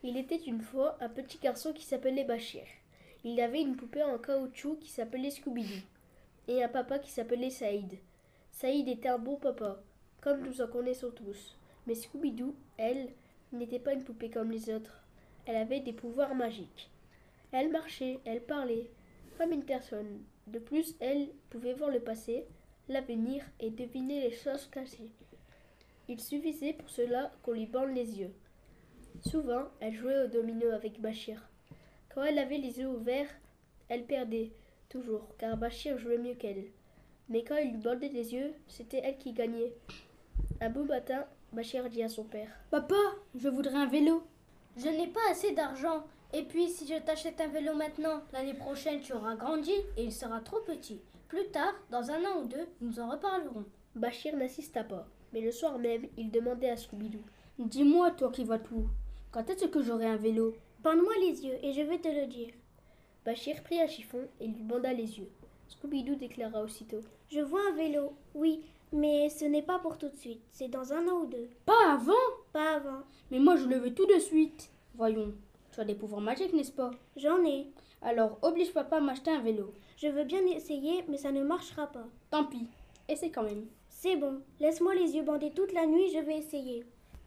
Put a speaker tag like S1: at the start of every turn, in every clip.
S1: Il était une fois un petit garçon qui s'appelait Bachir. Il avait une poupée en caoutchouc qui s'appelait Scooby-Doo et un papa qui s'appelait Saïd. Saïd était un bon papa, comme nous en connaissons tous. Mais Scooby-Doo, elle, n'était pas une poupée comme les autres. Elle avait des pouvoirs magiques. Elle marchait, elle parlait, comme une personne. De plus, elle pouvait voir le passé, l'avenir et deviner les choses cachées. Il suffisait pour cela qu'on lui bande les yeux. Souvent, elle jouait au domino avec Bachir. Quand elle avait les yeux ouverts, elle perdait, toujours, car Bachir jouait mieux qu'elle. Mais quand il lui bandait les yeux, c'était elle qui gagnait. Un beau matin, Bachir dit à son père:
S2: Papa, je voudrais un vélo.
S3: Je n'ai pas assez d'argent. Et puis, si je t'achète un vélo maintenant, l'année prochaine, tu auras grandi et il sera trop petit. Plus tard, dans un an ou deux, nous en reparlerons.
S1: Bachir n'insista pas, mais le soir même, il demandait à Scooby-Doo:
S2: Dis-moi, toi qui vois tout, quand est-ce que j'aurai un vélo?
S4: Bande-moi les yeux et je vais te le dire.
S1: Bachir prit un chiffon et lui banda les yeux. Scooby-Doo déclara aussitôt:
S4: Je vois un vélo, oui, mais ce n'est pas pour tout de suite. C'est dans un an ou deux.
S2: Pas avant?
S4: Pas avant.
S2: Mais moi, je le veux tout de suite. Voyons, tu as des pouvoirs magiques, n'est-ce pas?
S4: J'en ai.
S2: Alors, oblige papa à m'acheter un vélo.
S4: Je veux bien essayer, mais ça ne marchera pas.
S2: Tant pis, essaie quand même.
S4: C'est bon, laisse-moi les yeux bandés toute la nuit, je vais essayer.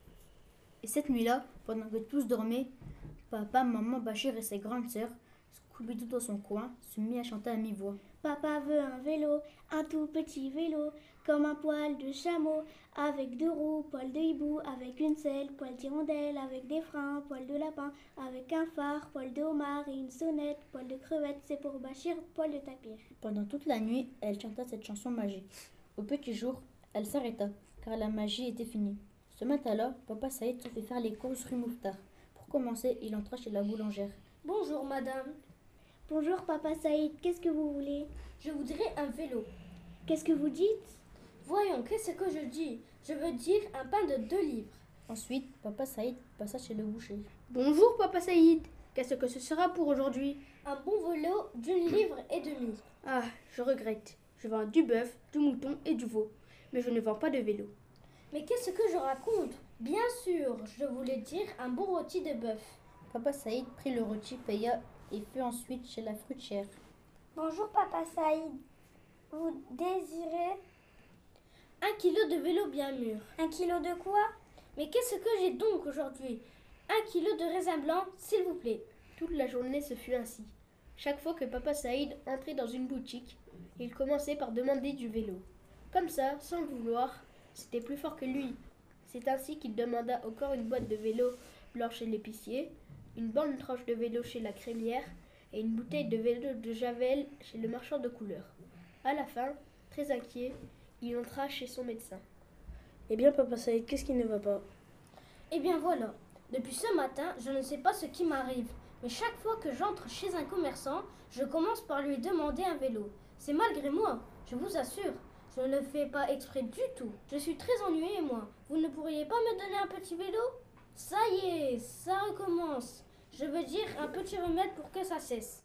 S5: Et cette nuit-là, pendant que tous dormaient, papa, maman, Bachir et ses grandes sœurs, Scooby-Doo dans son coin, se mit à chanter à mi-voix.
S4: Papa veut un vélo, un tout petit vélo, comme un poil de chameau, avec deux roues, poil de hibou, avec une selle, poil d'hirondelle, avec des freins, poil de lapin, avec un phare, poil de homard et une sonnette, poil de crevette, c'est pour Bachir, poil de tapir.
S5: Pendant toute la nuit, elle chanta cette chanson magique. Au petit jour, elle s'arrêta, car la magie était finie. Ce matin-là, papa Saïd se fait faire les courses rue Mouffetard. Pour commencer, il entra chez la boulangère.
S3: Bonjour, madame.
S4: Bonjour papa Saïd, qu'est-ce que vous voulez?
S3: Je voudrais un vélo.
S4: Qu'est-ce que vous dites?
S3: Voyons, qu'est-ce que je dis? Je veux dire un pain de 2 livres.
S5: Ensuite, papa Saïd passa chez le boucher.
S1: Bonjour papa Saïd, qu'est-ce que ce sera pour aujourd'hui?
S3: Un bon vélo d'1 livre et demi.
S1: Ah, je regrette. Je vends du bœuf, du mouton et du veau, mais je ne vends pas de vélo.
S3: Mais qu'est-ce que je raconte? Bien sûr, je voulais dire un bon rôti de bœuf.
S5: Papa Saïd prit le rôti, paya et fut ensuite chez la fruitière.
S4: Bonjour papa Saïd, vous désirez
S3: 1 kilo de vélo bien mûr.
S4: 1 kilo de quoi?
S3: Mais qu'est-ce que j'ai donc aujourd'hui? 1 kilo de raisin blanc, s'il vous plaît.
S1: Toute la journée se fut ainsi. Chaque fois que papa Saïd entrait dans une boutique, il commençait par demander du vélo. Comme ça, sans le vouloir, c'était plus fort que lui. C'est ainsi qu'il demanda encore une boîte de vélo blanc chez l'épicier, une bonne tranche de vélo chez la crémière et une bouteille de vélo de Javel chez le marchand de couleurs. À la fin, très inquiet, il entra chez son médecin.
S6: Eh bien, papa Saïd, qu'est-ce qui ne va pas?
S3: Eh bien voilà, depuis ce matin, je ne sais pas ce qui m'arrive, mais chaque fois que j'entre chez un commerçant, je commence par lui demander un vélo. C'est malgré moi, je vous assure. Je ne le fais pas exprès du tout. Je suis très ennuyée, moi. Vous ne pourriez pas me donner un petit vélo? Ça y est, ça recommence. Je veux dire un petit remède pour que ça cesse.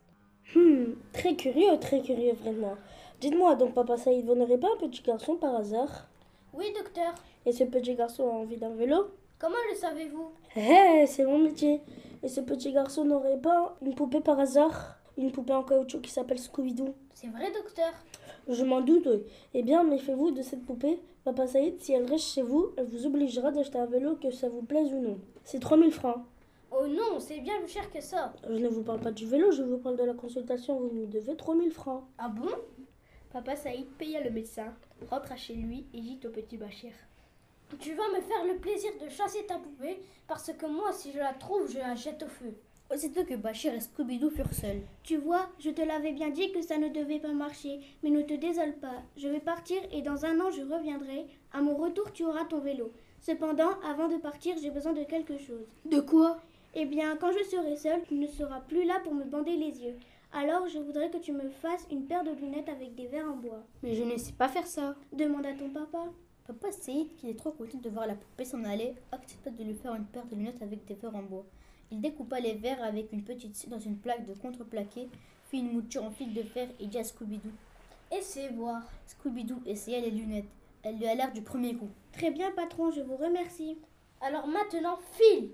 S6: Très curieux, vraiment. Dites-moi donc, papa Saïd, vous n'aurez pas un petit garçon par hasard?
S3: Oui, docteur.
S6: Et ce petit garçon a envie d'un vélo?
S3: Comment le savez-vous?
S6: C'est mon métier. Et ce petit garçon n'aurait pas une poupée par hasard? Une poupée en caoutchouc qui s'appelle Scooby-Doo?
S3: C'est vrai, docteur.
S6: Je m'en doute, oui. Eh bien, méfiez-vous de cette poupée. Papa Saïd, si elle reste chez vous, elle vous obligera d'acheter un vélo, que ça vous plaise ou non. C'est 3000 francs.
S3: Oh non, c'est bien plus cher que ça.
S6: Je ne vous parle pas du vélo, je vous parle de la consultation. Vous me devez 3000 francs.
S3: Ah bon?
S1: Papa Saïd paya le médecin, rentra chez lui et dit au petit Bachir:
S3: Tu vas me faire le plaisir de chasser ta poupée, parce que moi, si je la trouve, je la jette au feu.
S5: Aussitôt que Bachir et Scooby-Doo furent seuls.
S4: Tu vois, je te l'avais bien dit que ça ne devait pas marcher, mais ne te désole pas. Je vais partir et dans un an je reviendrai. À mon retour, tu auras ton vélo. Cependant, avant de partir, j'ai besoin de quelque chose.
S1: De quoi?
S4: Eh bien, quand je serai seule, tu ne seras plus là pour me bander les yeux. Alors, je voudrais que tu me fasses une paire de lunettes avec des verres en bois.
S1: Mais je ne sais pas faire ça.
S4: Demande à ton papa.
S5: Papa Saïd, qui était trop content de voir la poupée s'en aller, accepta de lui faire une paire de lunettes avec des verres en bois. Il découpa les verres avec une petite scie dans une plaque de contreplaqué, fit une mouture en fil de fer et dit à Scooby-Doo.
S3: Essaie voir.
S5: Scooby-Doo essaya les lunettes. Elles lui allèrent du premier coup.
S4: Très bien, patron, je vous remercie.
S3: Alors maintenant, file.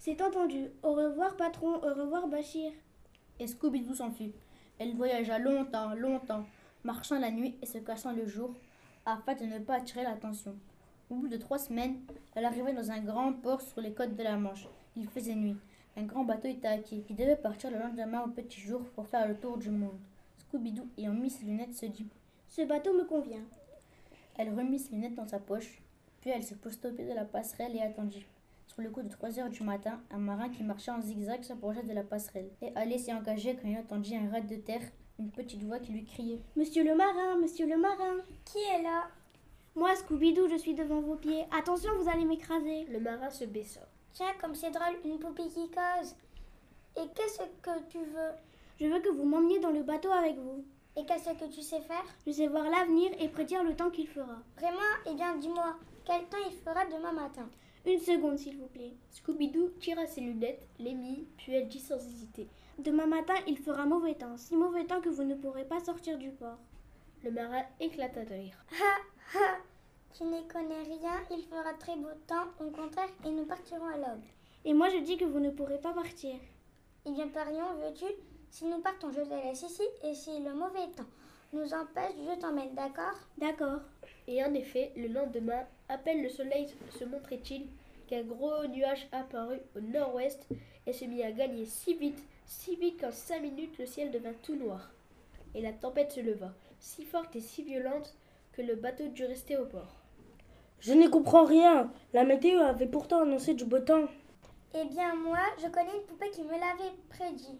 S4: C'est entendu. Au revoir, patron. Au revoir, Bachir.
S5: Et Scooby-Doo s'enfuit. Elle voyagea longtemps, longtemps, marchant la nuit et se cachant le jour, afin de ne pas attirer l'attention. Au bout de 3 semaines, elle arrivait dans un grand port sur les côtes de la Manche. Il faisait nuit. Un grand bateau était à quai, qui devait partir le lendemain au petit jour pour faire le tour du monde. Scooby-Doo, ayant mis ses lunettes, se dit
S4: « Ce bateau me convient. »
S5: Elle remit ses lunettes dans sa poche, puis elle se posta au pied de la passerelle et attendit. Sur le coup de 3 heures du matin, un marin qui marchait en zigzag s'approcha de la passerelle et allait s'y engager quand il entendit un rat de terre, une petite voix qui lui criait
S4: « Monsieur le marin, monsieur le marin !»«
S3: Qui est là ?
S4: Moi, Scooby-Doo, je suis devant vos pieds. Attention, vous allez m'écraser. »
S1: Le marin se baissa.
S3: Tiens, comme c'est drôle, une poupée qui cause. Et qu'est-ce que tu veux ?
S4: Je veux que vous m'emmeniez dans le bateau avec vous.
S3: Et qu'est-ce que tu sais faire ?
S4: Je sais voir l'avenir et prédire le temps qu'il fera.
S3: Vraiment ? Eh bien, dis-moi, quel temps il fera demain matin ?
S4: Une seconde, s'il vous plaît.
S1: Scooby-Doo tira ses lunettes, les mit, puis elle dit sans hésiter.
S4: Demain matin, il fera mauvais temps. Si mauvais temps que vous ne pourrez pas sortir du port.
S1: Le marin éclata de rire.
S3: Ha ha ! Tu n'y connais rien, il fera très beau temps, au contraire, et nous partirons à l'aube.
S4: Et moi, je dis que vous ne pourrez pas partir.
S3: Eh bien, parions, veux-tu ? Si nous partons, je te laisse ici, et si le mauvais temps nous empêche, je t'emmène, d'accord ?
S4: D'accord.
S1: Et en effet, le lendemain, à peine le soleil se montrait-il, qu'un gros nuage apparut au nord-ouest et se mit à gagner si vite qu'en 5 minutes, le ciel devint tout noir. Et la tempête se leva, si forte et si violente que le bateau dut rester au port.
S6: Je n'y comprends rien. La météo avait pourtant annoncé du beau temps.
S3: Eh bien, moi, je connais une poupée qui me l'avait prédit.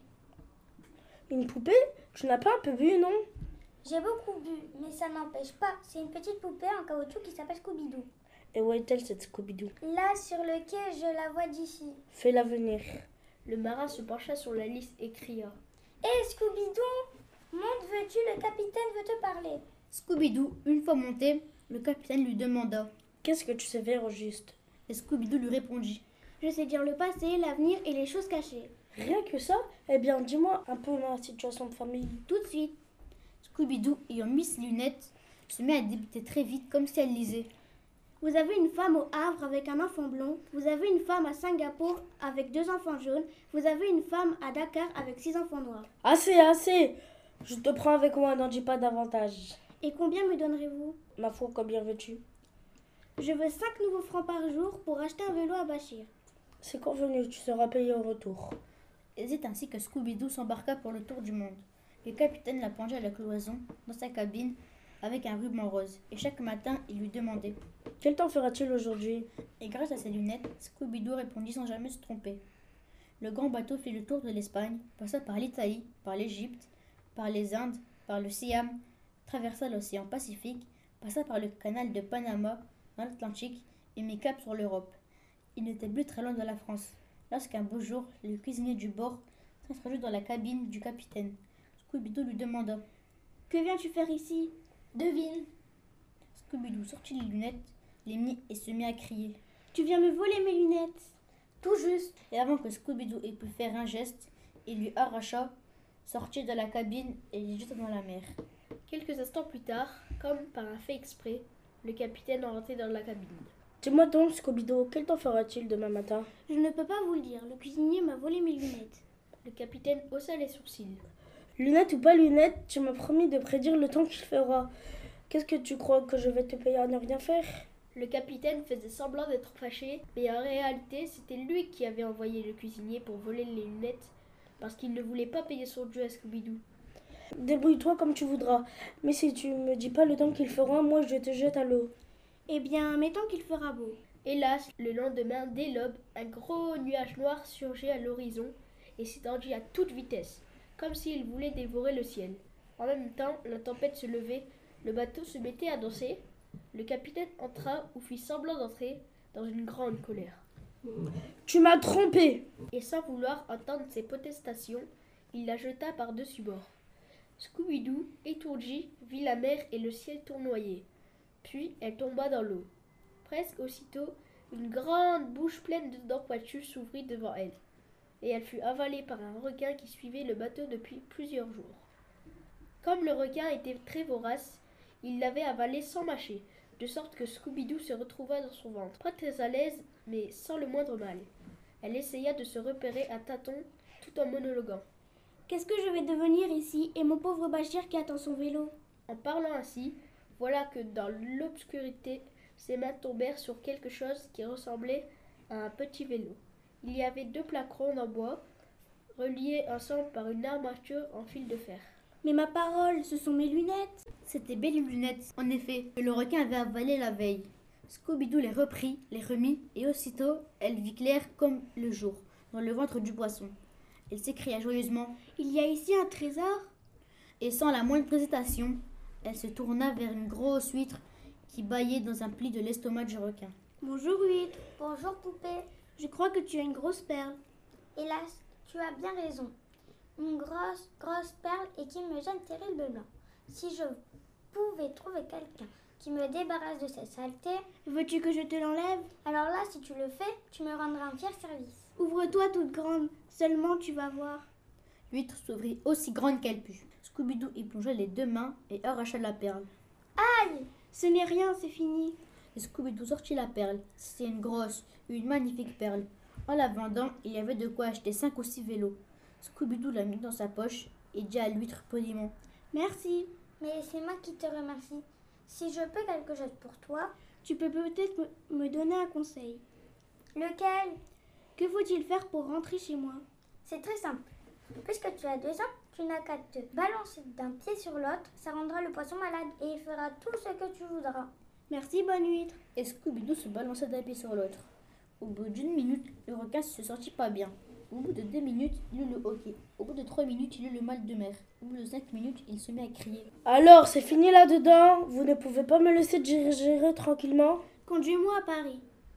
S6: Une poupée? Tu n'as pas un peu bu, non?
S3: J'ai beaucoup bu, mais ça n'empêche pas. C'est une petite poupée en caoutchouc qui s'appelle Scooby-Doo.
S6: Et où est-elle, cette Scooby-Doo?
S3: Là, sur le quai, je la vois d'ici.
S6: Fais-la venir.
S1: Le marin se pencha sur la lisse et cria.
S3: Hé, Scooby-Doo, monte, veux-tu, le capitaine veut te parler.
S5: Scooby-Doo, une fois monté, le capitaine lui demanda
S6: Qu'est-ce que tu sais faire au juste?
S5: et Scooby-Doo lui répondit
S4: Je sais dire le passé, l'avenir et les choses cachées.
S6: Rien que ça? Eh bien, dis-moi un peu ma situation de famille.
S4: Tout de suite.
S5: Scooby-Doo, ayant mis ses lunettes, se mit à débiter très vite comme si elle lisait.
S4: Vous avez une femme au Havre avec un enfant blond. Vous avez une femme à Singapour avec 2 enfants jaunes. Vous avez une femme à Dakar avec 6 enfants noirs.
S6: Assez, assez! Je te prends avec moi, n'en dis pas davantage.
S4: Et combien me donnerez-vous?
S6: Ma foi, combien veux-tu?
S4: Je veux 5 nouveaux francs par jour pour acheter un vélo à Bachir.
S6: C'est convenu, tu seras payé au retour.
S5: Et c'est ainsi que Scooby-Doo s'embarqua pour le tour du monde. Le capitaine la penchait à la cloison, dans sa cabine, avec un ruban rose. Et chaque matin, il lui demandait.
S6: Quel temps fera-t-il aujourd'hui?
S5: Et grâce à ses lunettes, Scooby-Doo répondit sans jamais se tromper. Le grand bateau fit le tour de l'Espagne, passa par l'Italie, par l'Égypte, par les Indes, par le Siam, traversa l'océan Pacifique, passa par le canal de Panama dans l'Atlantique et mit cap sur l'Europe. Il n'était plus très loin de la France, lorsqu'un beau jour, le cuisinier du bord s'introduit dans la cabine du capitaine. Scooby-Doo lui demanda
S4: « Que viens-tu faire ici ?»«
S3: Devine. »
S5: Scooby-Doo sortit les lunettes, les mit et se mit à crier.
S4: « Tu viens me voler mes lunettes !»
S3: Tout juste.
S5: Et avant que Scooby-Doo ait pu faire un geste, il lui arracha, sortit de la cabine et les jeta dans la mer.
S1: Quelques instants plus tard, comme par un fait exprès, le capitaine rentrait dans la cabine.
S6: Dis-moi donc, Scooby-Doo, quel temps fera-t-il demain matin?
S4: Je ne peux pas vous le dire. Le cuisinier m'a volé mes lunettes.
S1: Le capitaine haussa les sourcils.
S6: Lunettes ou pas lunettes, tu m'as promis de prédire le temps qu'il fera. Qu'est-ce que tu crois que je vais te payer à ne rien faire?
S1: Le capitaine faisait semblant d'être fâché, mais en réalité, c'était lui qui avait envoyé le cuisinier pour voler les lunettes, parce qu'il ne voulait pas payer son dû à Scooby-Doo.
S6: Débrouille-toi comme tu voudras, mais si tu me dis pas le temps qu'il fera, moi je te jette à l'eau.
S4: Eh bien, mettons qu'il fera beau.
S1: Hélas, le lendemain, dès l'aube, un gros nuage noir surgit à l'horizon et s'étendit à toute vitesse, comme s'il voulait dévorer le ciel. En même temps, la tempête se levait, le bateau se mettait à danser. Le capitaine entra ou fit semblant d'entrer dans une grande colère.
S6: Tu m'as trompé!
S1: Et sans vouloir entendre ses protestations, il la jeta par-dessus bord. Scooby-Doo, étourdi, vit la mer et le ciel tournoyer. Puis elle tomba dans l'eau. Presque aussitôt, une grande bouche pleine de dents pointues s'ouvrit devant elle, et elle fut avalée par un requin qui suivait le bateau depuis plusieurs jours. Comme le requin était très vorace, il l'avait avalée sans mâcher, de sorte que Scooby-Doo se retrouva dans son ventre, pas très à l'aise, mais sans le moindre mal. Elle essaya de se repérer à tâtons tout en monologuant.
S4: Qu'est-ce que je vais devenir ici et mon pauvre Bachir qui attend son vélo?
S1: En parlant ainsi, voilà que dans l'obscurité, ses mains tombèrent sur quelque chose qui ressemblait à un petit vélo. Il y avait 2 plaques rondes en bois, reliées ensemble par une armature en fil de fer.
S4: Mais ma parole, ce sont mes lunettes.
S5: C'était belles lunettes, en effet, que le requin avait avalées la veille. Scooby-Doo les reprit, les remit, et aussitôt, elle vit clair comme le jour, dans le ventre du poisson. Elle s'écria joyeusement,
S4: Il y a ici un trésor?
S5: et sans la moindre hésitation, elle se tourna vers une grosse huître qui bâillait dans un pli de l'estomac du requin.
S4: Bonjour huître,
S3: Bonjour poupée.
S4: je crois que tu as une grosse perle.
S3: Hélas, tu as bien raison. Une grosse perle et qui me gêne terriblement. Si je pouvais trouver quelqu'un qui me débarrasse de cette saleté,
S4: Veux-tu que je te l'enlève?
S3: alors là, si tu le fais, tu me rendras un fier service.
S4: Ouvre-toi toute grande, seulement tu vas voir.
S5: L'huître s'ouvrit aussi grande qu'elle put. Scooby-Doo y plongea les 2 mains et arracha la perle.
S4: Ce n'est rien, c'est fini.
S5: Et Scooby-Doo sortit la perle. C'était une magnifique perle. En la vendant, il y avait de quoi acheter 5 ou 6 vélos. Scooby-Doo la mit dans sa poche et dit à l'huître poliment.
S4: Merci.
S3: Mais c'est moi qui te remercie. Si je peux quelque chose pour toi,
S4: Tu peux peut-être me donner un conseil.
S3: lequel?
S4: Que faut-il faire pour rentrer chez moi?
S3: C'est très simple. Puisque tu as 2 ans, tu n'as qu'à te balancer d'un pied sur l'autre, ça rendra le poisson malade et il fera tout ce que tu voudras.
S4: Merci, bonne huître.
S5: Et Scooby-Doo se balança d'un pied sur l'autre. Au bout d'1 minute, le requin se sentit pas bien. Au bout de 2 minutes, il eut le hoquet. Au bout de 3 minutes, il eut le mal de mer. Au bout de 5 minutes, il se mit à crier.
S6: Alors, c'est fini là-dedans? Vous ne pouvez pas me laisser gérer tranquillement?
S4: Conduis-moi à Paris.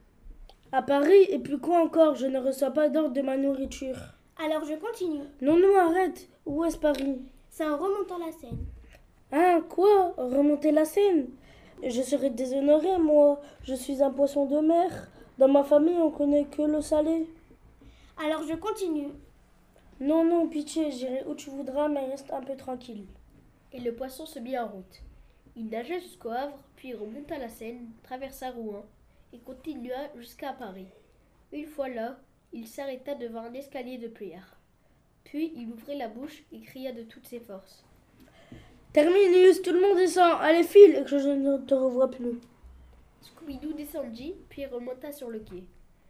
S6: À Paris, et puis quoi encore? Je ne reçois pas d'ordre de ma nourriture.
S4: Alors je continue.
S6: Non, non, arrête. Où est-ce Paris?
S4: C'est en remontant la Seine.
S6: Hein, quoi? Remonter la Seine? Je serais déshonoré, moi. Je suis un poisson de mer. Dans ma famille, on connaît que l'eau salée.
S4: Alors je continue.
S6: Non, non, pitié, j'irai où tu voudras, mais reste un peu tranquille.
S1: Et le poisson se mit en route. Il nagea jusqu'au Havre, puis remonta la Seine, traversa Rouen et continua jusqu'à Paris. Une fois là, il s'arrêta devant un escalier de pierre. Puis il ouvrit la bouche et cria de toutes ses forces.
S6: Terminus, tout le monde descend. Allez, file, et que je ne te revois plus.
S1: Scooby-Doo descendit, puis remonta sur le quai.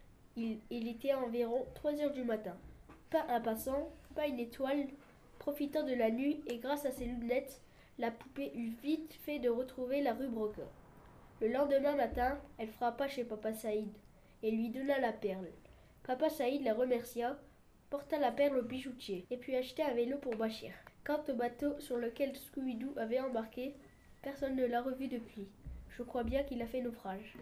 S1: Il était environ 3 heures du matin. Pas un passant, pas une étoile. Profitant de la nuit et grâce à ses lunettes, la poupée eut vite fait de retrouver la rue Broca. Le lendemain matin, elle frappa chez Papa Saïd et lui donna la perle. Papa Saïd la remercia, porta la perle au bijoutier et puis acheta un vélo pour Bachir. Quant au bateau sur lequel Scooby-Doo avait embarqué, personne ne l'a revu depuis. Je crois bien qu'il a fait naufrage.